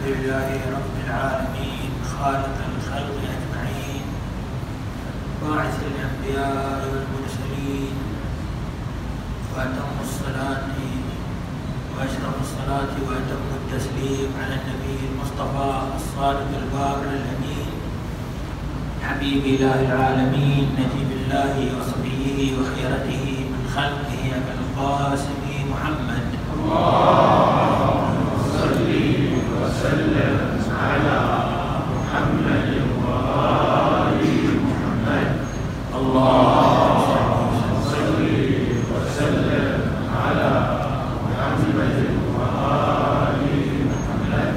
لله رب العالمين خالق الخلق أجمعين باعث الأنبياء والمرسلين وأتم الصلاة وأشرف الصلاة وأتم التسليم على النبي المصطفى الصادق البار الأمين حبيب إله العالمين نجيب الله وصفيه وخيرته من خلقه أبي القاسم محمد. اللهم صل وسلم على محمد وآل محمد. اللهم صل وسلم على محمد وآل محمد.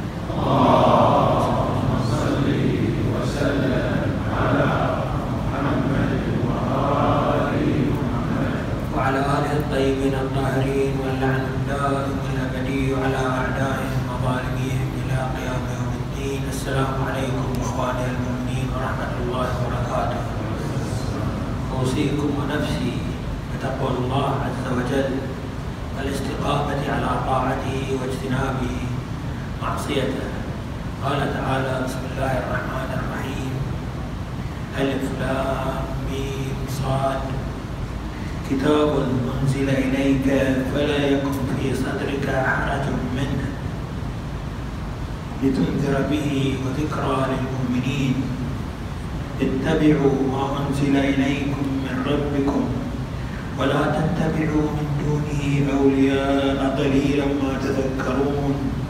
اللهم صل وسلم على محمد وآل محمد وعلى آله الطيبين الطاهرين واللعن الدائم الأبدي على أعدائهم وظالميهم إلى قيام يوم الدين. السلام عليكم إخواني المؤمنين ورحمة الله وبركاته. أوصيكم ونفسي بتقوى الله عز وجل والاستقامة على طاعته واجتناب معصيته. قال تعالى: بسم الله الرحمن الرحيم. ألف لام ميم صاد. كتاب أنزل إليك فلا يكن في صدرك حرج منه لتنذر به وذكرى للمؤمنين. اتبعوا ما أنزل إليكم من ربكم ولا تتبعوا من دونه أولياء قليلا ما تذكرون.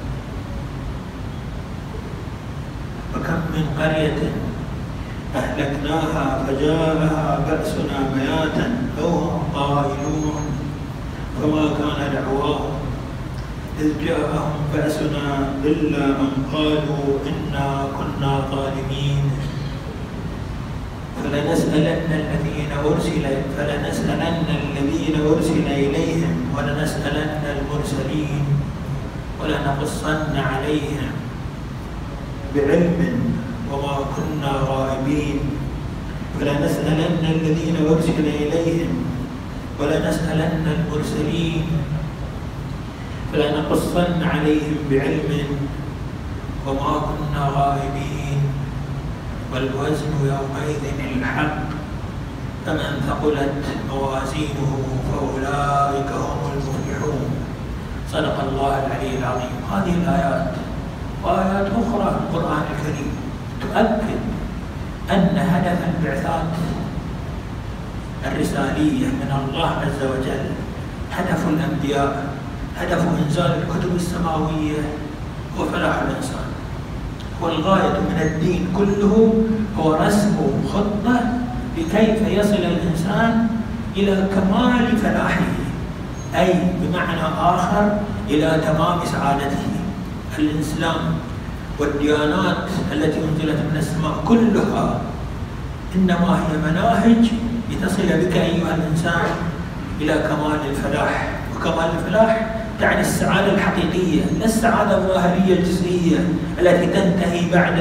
وكم من قرية أهلكناها فجاءها بأسنا بياتا أو هم قائلون فما كان دعواهم إذ جاءهم بأسنا إلا أن قالوا إنا كنا ظالمين. فلنسألن الذين أرسل إليهم ولنسألن المرسلين ولنقصن عليهم بعلم وما كنا غائبين. فلنسألن الذين أرسل إليهم ولنسألن المرسلين فلنقصن عليهم بعلم وما كنا غائبين. والوزن يومئذ الحق فمن ثقلت موازينه فأولئك هم المفلحون. صدق الله العلي العظيم. هذه الآيات وآيات أخرى في القرآن الكريم تؤكد أن هدف البعثات الرسالية من الله عز وجل، هدف الأنبياء، هدف إنزال الكتب السماوية هو فلاح الإنسان. والغاية من الدين كله هو رسم خطة لكيف يصل الإنسان إلى كمال فلاحه، أي بمعنى آخر إلى تمام سعادته. الإسلام والديانات التي أنزلت من السماء كلها إنما هي مناهج لتصل بك أيها الإنسان إلى كمال الفلاح. وكمال الفلاح تعني السعادة الحقيقية، لا السعادة الظاهرية الجزئية التي تنتهي بعد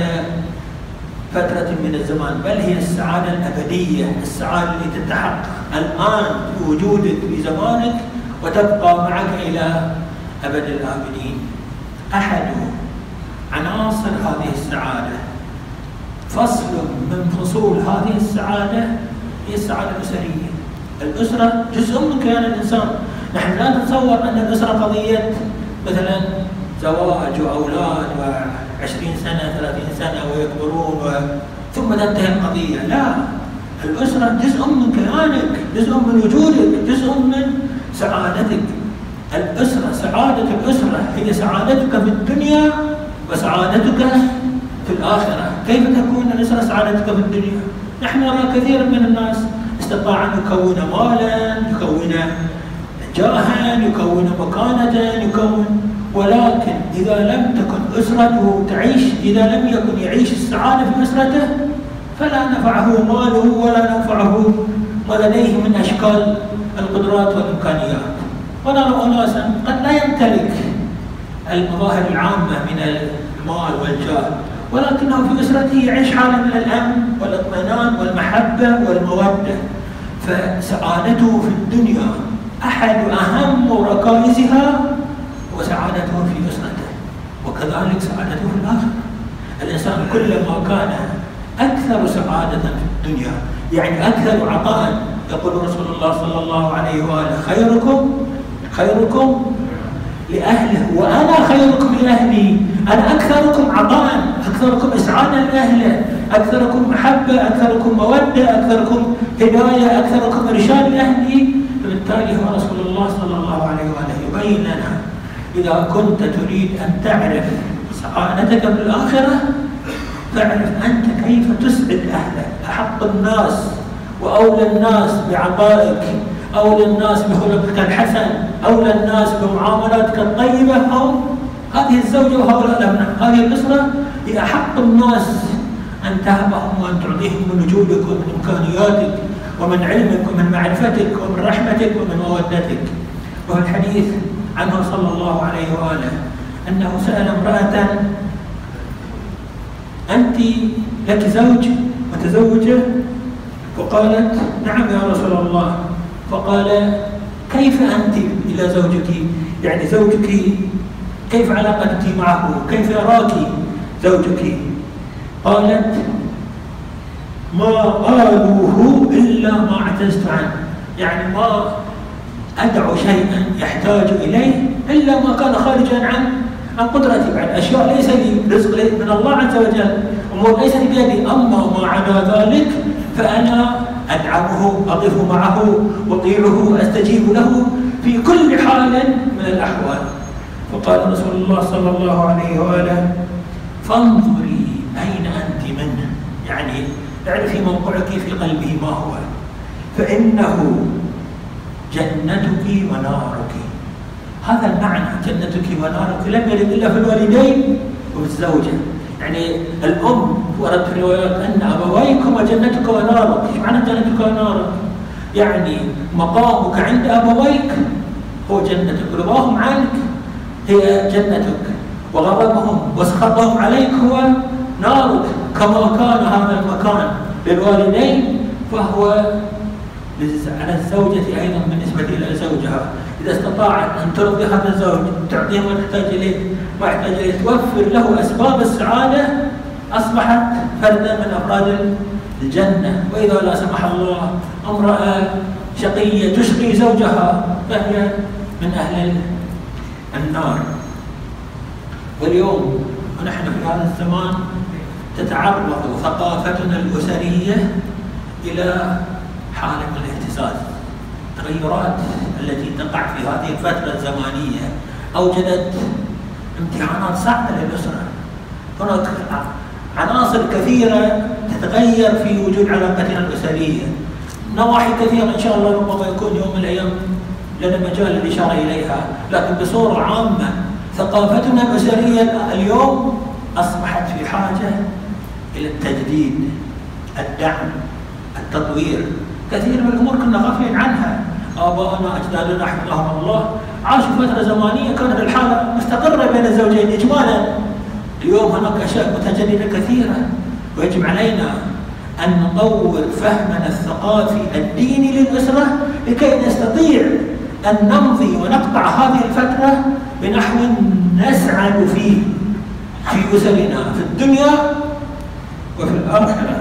فترة من الزمان، بل هي السعادة الأبدية، السعادة التي تتحقق الآن في وجودك في زمانك وتبقى معك إلى أبد الآبدين. أحد عناصر هذه السعادة، فصل من فصول هذه السعادة، هي السعادة الأسرية. الأسرة جزء من كيان الإنسان. نحن لا نتصور أن الأسرة قضية مثلا زواج وأولاد و20 سنة 30 سنة ويكبرون ثم تنتهي القضية. لا، الأسرة جزء من كيانك، جزء من وجودك، جزء من سعادتك. الأسرة، سعادة الأسرة هي سعادتك في الدنيا وسعادتك في الآخرة. كيف تكون الأسرة سعادتك في الدنيا؟ نحن نرى كثيرا من الناس استطاع أن يكون مالا، يكون جاها، يكون مكانة، ولكن إذا لم تكن أسرته تعيش، إذا لم يكن يعيش السعادة في أسرته فلا نفعه ماله ولا نفعه ما لديه من أشكال القدرات والإمكانيات. ونرى أناسا قد لا يمتلك المظاهر العامة من المال والجاه، ولكنه في أسرته يعيش حالة من الأمن والاطمئنان والمحبة والمودة. فسعادته في الدنيا أحد أهم ركائزها وسعادته في أسرته. وكذلك سعادته في الآخرة. الإنسان كلما كان أكثر سعادة في الدنيا، يعني أكثر عطاء، يقول رسول الله صلى الله عليه وآله: خيركم لأهله وأنا خيركم لأهلي. أنا أكثركم عطاء، أكثركم إسعادا لأهله، أكثركم محبة، أكثركم مودة، أكثركم هداية، أكثركم إرشاد لأهلي. فبالتالي هو رسول الله صلى الله عليه وآله يبين لنا: إذا كنت تريد أن تعرف سعادتك في الآخرة فاعرف أنت كيف تسعد أهلك. أحق الناس وأولى الناس بعطائك، أولى الناس بخلقك الحسن، أولى الناس بمعاملاتك الطيبة، أو هذه الزوجة وهؤلاء الأبناء. هذه الأسرة هي أحق الناس أن تهبهم وأن تعطيهم من وجودك ومن إمكانياتك ومن علمك ومن معرفتك ومن رحمتك ومن مودتك. وفي الحديث عنه صلى الله عليه وآله أنه سأل امرأة: أنت لك زوج متزوجة؟ فقالت: نعم يا رسول الله. فقال: كيف أنت إلى زوجك؟ يعني زوجك كيف علاقتك معه؟ كيف يراك زوجك؟ قالت: ما قالوه إلا ما اعتزت عنه، يعني ما أدعو شيئا يحتاج إليه إلا ما كان خارجا عن قدرتي، بعد أشياء ليس لي رزق من الله عز وجل، أمور ليست بيدي، أما ما عدا ذلك فأنا أدعمه، أقف معه، أطيعه، أستجيب له في كل حال من الأحوال. فقال رسول الله صلى الله عليه وآله: فانظري أين أنت منه، يعني اعرفي موقعك في قلبه ما هو، فإنه جنتك ونارك. هذا المعنى، جنتك ونارك، لم يرد إلا في الوالدين وفي الزوجة. يعني الأم ورد في الروايات أن أبويكما جنتك ونارك. ايش معنى جنتك ونارك؟ يعني مقامك عند أبويك هو جنتك، رضاهم عنك هي جنتك، وغضبهم وسخطهم عليك هو نارك. كما كان هذا المكان للوالدين فهو على الزوجة أيضا بالنسبة إلى زوجها. إذا استطاعت أن ترضي هذا الزوج، تعطيه ما يحتاج إليه، ما يحتاج إليه، توفر له أسباب السعادة، أصبحت فردا من أفراد الجنة. وإذا لا سمح الله امرأة شقية تشقي زوجها فهي من أهل النار. واليوم ونحن في هذا الزمان تتعرض ثقافتنا الأسرية إلى حالة من الاهتزاز. التغيرات التي تقع في هذه الفترة الزمانية أوجدت امتحانات صعبة للأسرة. هناك عناصر كثيرة تتغير في وجود علاقتنا الأسرية، نواحي كثيرة إن شاء الله ربما يكون يوم من الأيام لنا مجال للإشارة إليها، لكن بصورة عامة ثقافتنا الأسرية اليوم أصبحت في حاجة إلى التجديد، الدعم، التطوير. كثير من الأمور كنا غافلين عنها. آباؤنا أجدادنا حفظهم الله عاشوا فترة زمانية كانت الحالة مستقرة بين الزوجين إجمالا. اليوم هناك أشياء متجددة كثيرة، ويجب علينا أن نطور فهمنا الثقافي الديني للأسرة لكي نستطيع أن نمضي ونقطع هذه الفترة بنحو نسعد فيه في أسرنا في الدنيا وفي الآخرة.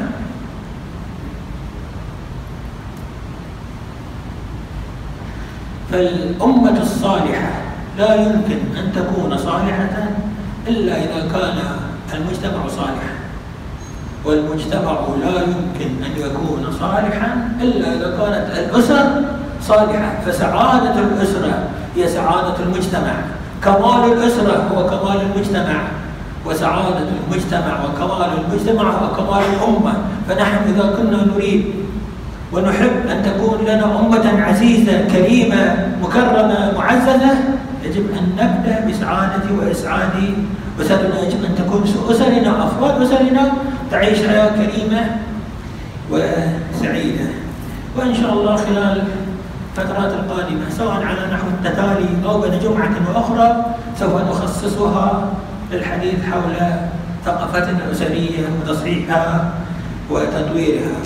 فالأمة الصالحة لا يمكن أن تكون صالحة إلا إذا كان المجتمع صالحا، والمجتمع لا يمكن أن يكون صالحا إلا إذا كانت الأسر صالحة. فسعادة الأسرة هي سعادة المجتمع، كمال الأسرة هو كمال المجتمع، وسعادة المجتمع وكمال المجتمع هو كمال الأمة. فنحن إذا كنا نريد ونحب أن تكون لنا أمة عزيزة كريمة مكرمة معززة، يجب أن نبدأ بسعادة وإسعاد أسرنا. يجب أن تكون أسرنا، أفراد أسرنا تعيش حياة كريمة وسعيدة. وإن شاء الله خلال الفترات القادمة سواء على نحو التتالي أو بين جمعة وأخرى سوف نخصصها للحديث حول ثقافتنا الأسرية وتصحيحها وتطويرها.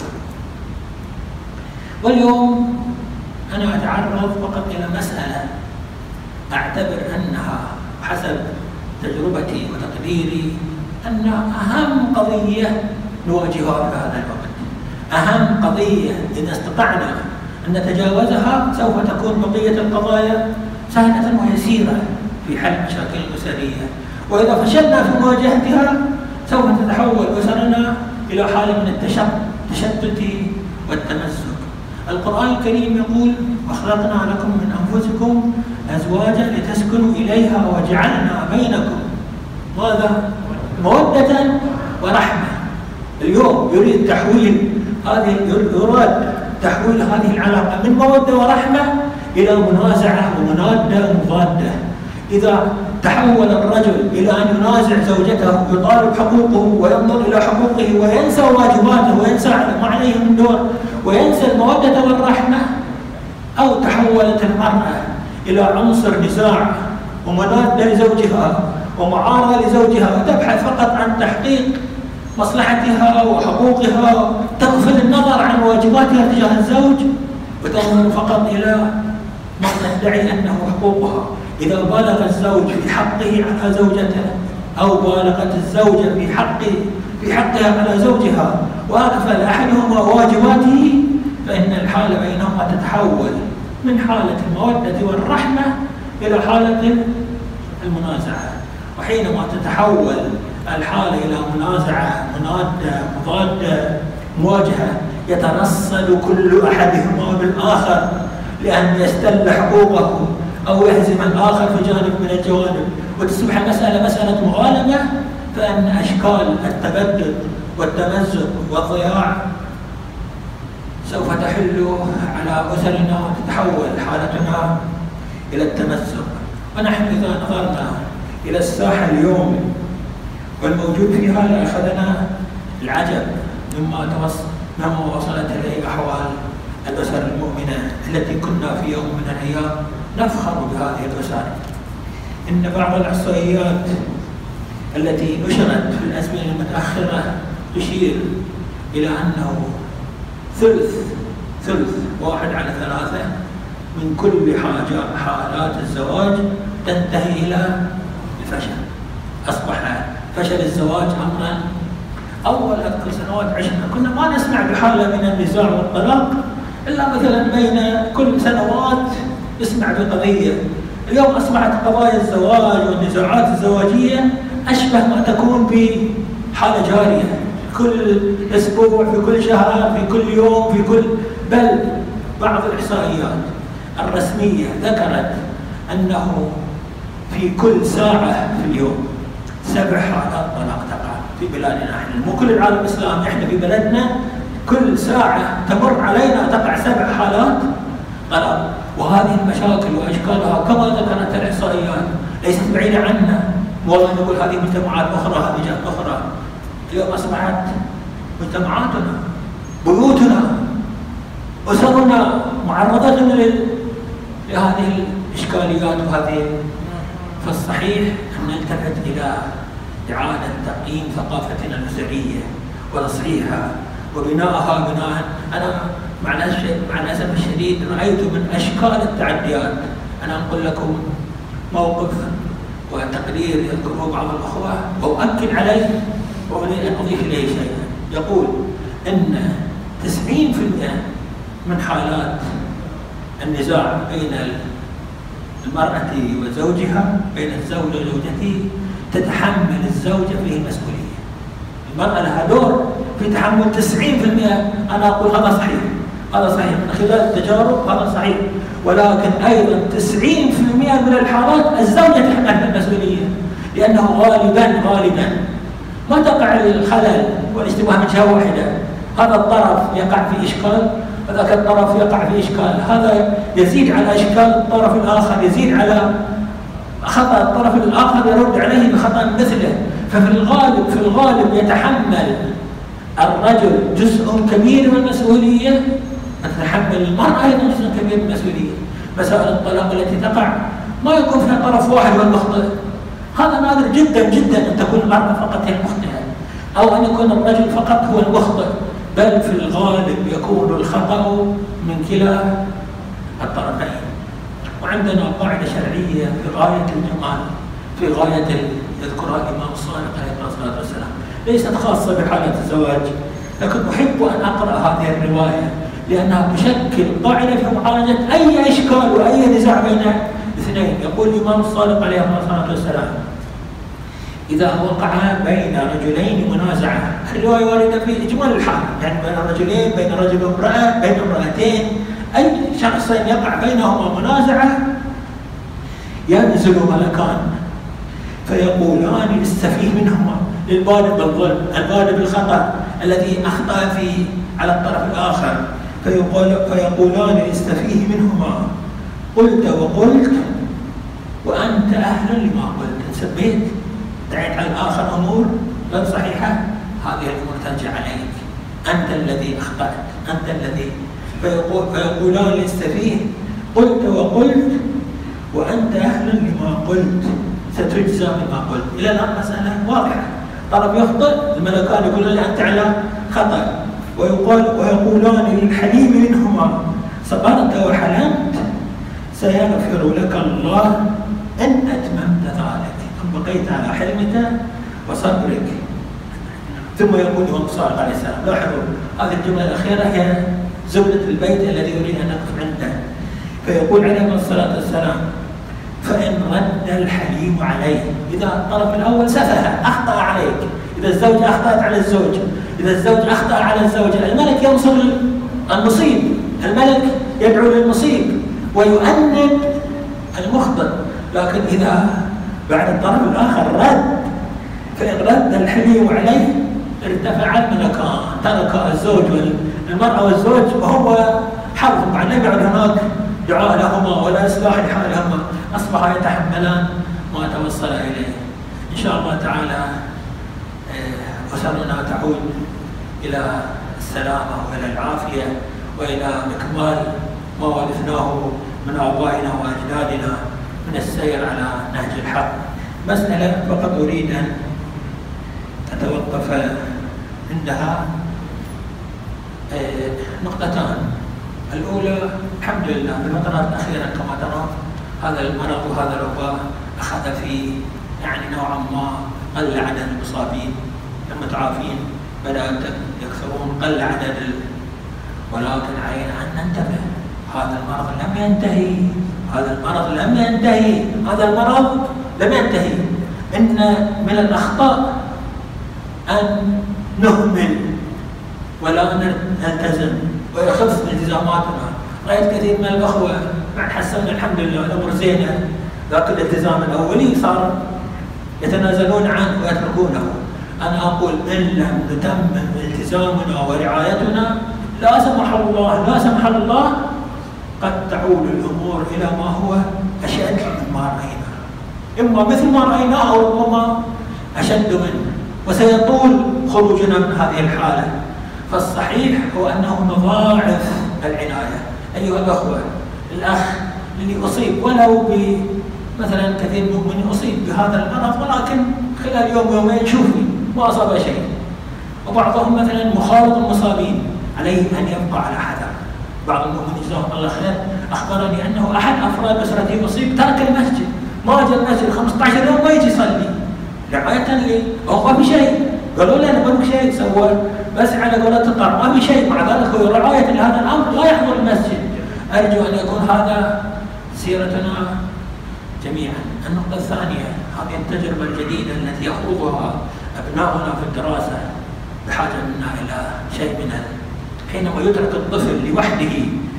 واليوم أنا أتعرض فقط إلى مسألة أعتبر أنها حسب تجربتي وتقديري أن أهم قضية نواجهها في هذا الوقت، أهم قضية إذا استطعنا أن نتجاوزها سوف تكون بقية القضايا سهلة ويسيرة في حل المشاكل الأسرية، وإذا فشلنا في مواجهتها سوف تتحول أسرنا إلى حالة من التشتت والتمزق. القرآن الكريم يقول: وخلقنا لكم من أنفسكم أزواجا لتسكنوا إليها وجعلنا بينكم ماذا؟ مودة ورحمة. اليوم يراد تحويل هذه العلاقة من مودة ورحمة إلى منازعة ومنادة ومضادة. إذا تحول الرجل إلى أن ينازع زوجته يطالب حقوقه وينظر إلى حقوقه وينسى واجباته وينسى ما عليه من دور وينسى المودة والرحمة، أو تحولت المرأة إلى عنصر نزاع ومنادة لزوجها ومعارضة لزوجها وتبحث فقط عن تحقيق مصلحتها وحقوقها، تغفل النظر عن واجباتها تجاه الزوج وتنظر فقط إلى ما تدعي أنه حقوقها. إذا بالغ الزوج في حقه على زوجته أو بالغت الزوجة في حقها على زوجها وأغفل أحدهما واجباته، فإن الحالة بينهما تتحول من حالة المودة والرحمة إلى حالة المنازعة. وحينما تتحول الحالة إلى منازعة، منادة، مضادة، مواجهة، يترصد كل أحدهما بالآخر لأن يستل حقوقه أو يهزم الآخر في جانب من الجوانب، وتصبح المسألة مسألة مغالبة، فإن أشكال التبدد والتمزق والضياع سوف تحل على أسرنا وتتحول حالتنا إلى التمزق. ونحن إذا نظرنا إلى الساحة اليوم والموجود فيها لأخذنا العجب مما وصلت إليه أحوال الأسر المؤمنة التي كنا في يوم من الأيام نفخر بهذه الأسر. إن بعض الإحصائيات التي نشرت في الأزمنة المتأخرة تشير إلى أنه ثلث 1 على 3 من كل حالات الزواج تنتهي إلى الفشل. أصبح فشل الزواج أمرا أول أذكر سنوات عشنا كنا ما نسمع بحالة من النزاع والطلاق إلا مثلا بين كل سنوات نسمع بقضية. اليوم أصبحت قضايا الزواج والنزاعات الزواجية أشبه ما تكون بحالة جارية، كل أسبوع، في كل شهر، في كل يوم، بل بعض الإحصائيات الرسمية ذكرت أنه في كل ساعة في اليوم 7 حالات طلاق تقع في بلادنا. احنا مو كل العالم الإسلامي، احنا في بلدنا كل ساعة تمر علينا تقع 7 حالات طلاق. وهذه المشاكل وأشكالها كما ذكرت الإحصائيات ليست بعيدة عنا. والله نقول هذه مجتمعات أخرى، هذه جهات أخرى. اليوم أصبحت مجتمعاتنا، بيوتنا، أسرنا معرضة لهذه الإشكاليات وهذه. فالصحيح أن نلتفت إلى إعادة تقييم ثقافتنا الأسرية وتصحيحها وبنائها بناء. أنا مع الأسف الشديد رأيت من أشكال التعديات. أنا أقول لكم موقف وتقرير يذكره بعض الأخوة وأؤكد عليه وأريد أن أضيف إليه شيئا. يقول أن 90% من حالات النزاع بين المرأة وزوجها، بين الزوج وزوجته، تتحمل الزوجة فيه المسؤولية. المرأة لها دور في تحمل 90%. أنا أقول هذا صحيح، هذا صحيح من خلال التجارب، هذا صحيح. ولكن أيضا 90% من الحالات الزوجة تتحمل المسؤولية، لأنه غالبا ما تقع الخلل والاشتباه من جهة واحدة. هذا الطرف يقع في إشكال، وذاك الطرف يقع في إشكال، هذا يزيد على إشكال الطرف الآخر، يزيد على خطأ الطرف الآخر، يرد عليه بخطأ مثله. ففي الغالب يتحمل الرجل جزء كبير من المسؤولية، تتحمل المرأة أيضا جزء كبير من المسؤولية. مسائل الطلاق التي تقع ما يكون فيها طرف واحد هو المخطئ. هذا نادر جدا جدا أن تكون المرأة فقط هي المخطئة أو أن يكون الرجل فقط هو المخطئ، بل في الغالب يكون الخطأ من كلا الطرفين. وعندنا قاعدة شرعية في غاية الجمال، في غاية يذكرها الإمام الصادق عليه الصلاة والسلام، ليست خاصة بحالة الزواج، لكن أحب أن أقرأ هذه الرواية لأنها تشكل قاعدة في معالجة أي إشكال وأي نزاع بين اثنين. يقول الإمام الصادق عليه الصلاة والسلام: إذا وقع بين رجلين منازعة، الرواية واردة في إجمال الحال، يعني بين رجلين، بين رجل وامرأة، بين امرأتين، أي شخصين يقع بينهما منازعة، ينزل ملكان فيقولان للسفيه منهما، للبادئ بالظلم، البادئ بالخطأ الذي أخطأ على الطرف الآخر، فيقولان للسفيه منهما: قلت وقلت وأنت أهل لما قلت. إن سبيت دعيت على الآخر أمور غير صحيحة، هذه الأمور ترجع عليك، أنت الذي أخطأت، أنت الذي. فيقولان للسفيه: قلت وقلت وأنت أهل لما قلت، ستجزى بما قلت. إلى الآن مسألة واضحة، طرف يخطئ، الملكان يقولون له أنت على خطأ، ويقولان للحليم منهما: صبرت وحلمت سيغفر لك الله إن أتممت ذلك، إن بقيت على حلمك وصبرك. ثم يقول الإمام الصادق عليه السلام، لاحظوا هذه الجملة الأخيرة هي زبدة البيت الذي يريد أن نقف عنده. فيقول عليه الصلاة والسلام: فإن رد الحليم عليه، إذا الطرف الأول سفه أخطأ عليك، إذا الزوج أخطأت على الزوج، إذا الزوج أخطأ على الزوجة، الملك ينصر المصيب، الملك يدعو للمصيب ويؤنب المخطئ. لكن إذا بعد الطرف الآخر رد، فإن رد الحليم عليه ارتفع الملكان، ترك الزوج والمرأة والزوج وهو حرب، مع لم يعد هناك دعاء لهما ولا إصلاح لحالهما، أصبحا يتحملان ما توصل إليه. إن شاء الله تعالى أسرنا تعود إلى السلامة وإلى العافية وإلى إكمال ما ورثناه من آبائنا وأجدادنا من السير على نهج الحق. مسألة فقط أريد أن أتوقف عندها، نقطتان. الأولى الحمد لله بالفترات الأخيرة كما ترى هذا المرض وهذا الوباء أخذ في يعني نوعا ما قل عدد المصابين، المتعافين بدأت يكثرون، قل عدد ولكن علينا أن ننتبه، هذا المرض لم ينتهي، هذا المرض لم ينتهي، هذا المرض لم ينتهي. إن من الأخطاء أن نهمل ولا نلتزم ويخف التزاماتنا. رأيت كثير من الأخوة بعد حسنا الحمد لله الأمور زينة، ذاك الالتزام الأولي صار يتنازلون عنه ويتركونه. أنا أقول إن لم نتمم التزامنا ورعايتنا لا سمح الله قد تعود الأمور إلى ما هو أشد مما رأينا، إما مثل ما رأيناه أو ربما أشد منه، وسيطول خروجنا من هذه الحالة. فالصحيح هو أنه نضاعف العناية. أيها الأخوة، الأخ اللي أصيب ولو مثلا كثير من أصيب بهذا المرض ولكن خلال يوم يومين شوفي ما أصاب شيء، وبعضهم مثلا مخالط المصابين، عليه أن يبقى على حذر. بعض المؤمنين جزاهم الله خير أخبرني أنه أحد أفراد أسرته أصيب ترك المسجد، ما جاء المسجد 15 يوم ما يجي يصلي رعاية لي، هو ما في شيء، قالوا له أنا ما في شيء سوى بس على قولة الطرف ما في شيء، مع ذلك هو رعاية لهذا الأمر لا يحضر المسجد. أرجو أن يكون هذا سيرتنا جميعا. النقطة الثانية، هذه التجربة الجديدة التي يخوضها أبناؤنا في الدراسة بحاجة منا إلى شيء من حينما يترك الطفل لوحده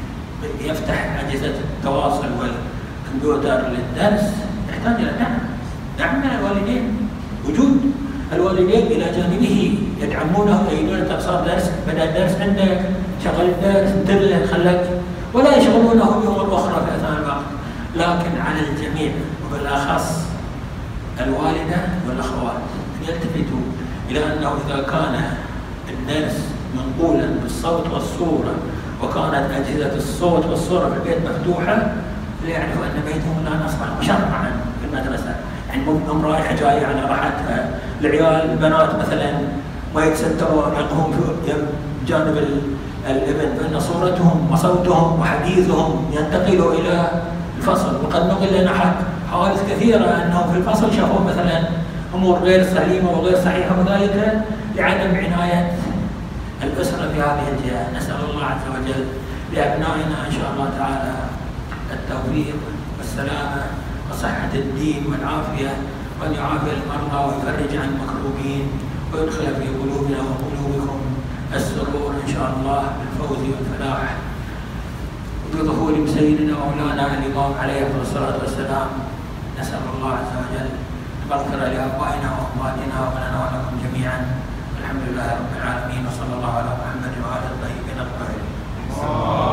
يفتح أجهزة التواصل والكمبيوتر للدرس يحتاج إلى دعم من الوالدين. وجود الوالدين إلى جانبه يدعمونه، يريدون تقصير درس، بدأ الدرس عندك، شغل الدرس، انتبه خلك، ولا يشغلونه بأمور أخرى في أثناء الوقت. لكن على الجميع وبالأخص الوالدة والأخوات أن يلتفتوا إلى أنه إذا كان الدرس منقولا بالصوت والصورة وكانت أجهزة الصوت والصورة في البيت مفتوحة ليعرفوا أن بيتهم الآن أصبح مشرعا في المدرسة. يعني مو رايحة جاية على راحتها. العيال البنات مثلا ما يتسترون يقومون في جانب الابن، فإن صورتهم وصوتهم وحديثهم ينتقلوا إلى الفصل. وقد نقل لنا حوادث كثيرة أنه في الفصل شافوا مثلا أمور غير سليمة وغير صحيحة، وذلك لعدم عناية الأسرة في هذه الجهة. نسأل الله عز وجل لأبنائنا إن شاء الله تعالى التوفيق والسلامة وصحة الدين والعافية، وأن يعافي المرضى ويفرج عن المكروبين، ويدخل في قلوبنا وقلوبكم السرور إن شاء الله بالفوز والفلاح بظهور سيدنا ومولانا الإمام عليه الصلاة والسلام. نسأل الله عز وجل المغفرة لآبائنا وأمهاتنا ولنا ولكم جميعا. الحمد لله رب العالمين، وصلى الله على محمد وعلى الطيبين الطاهرين.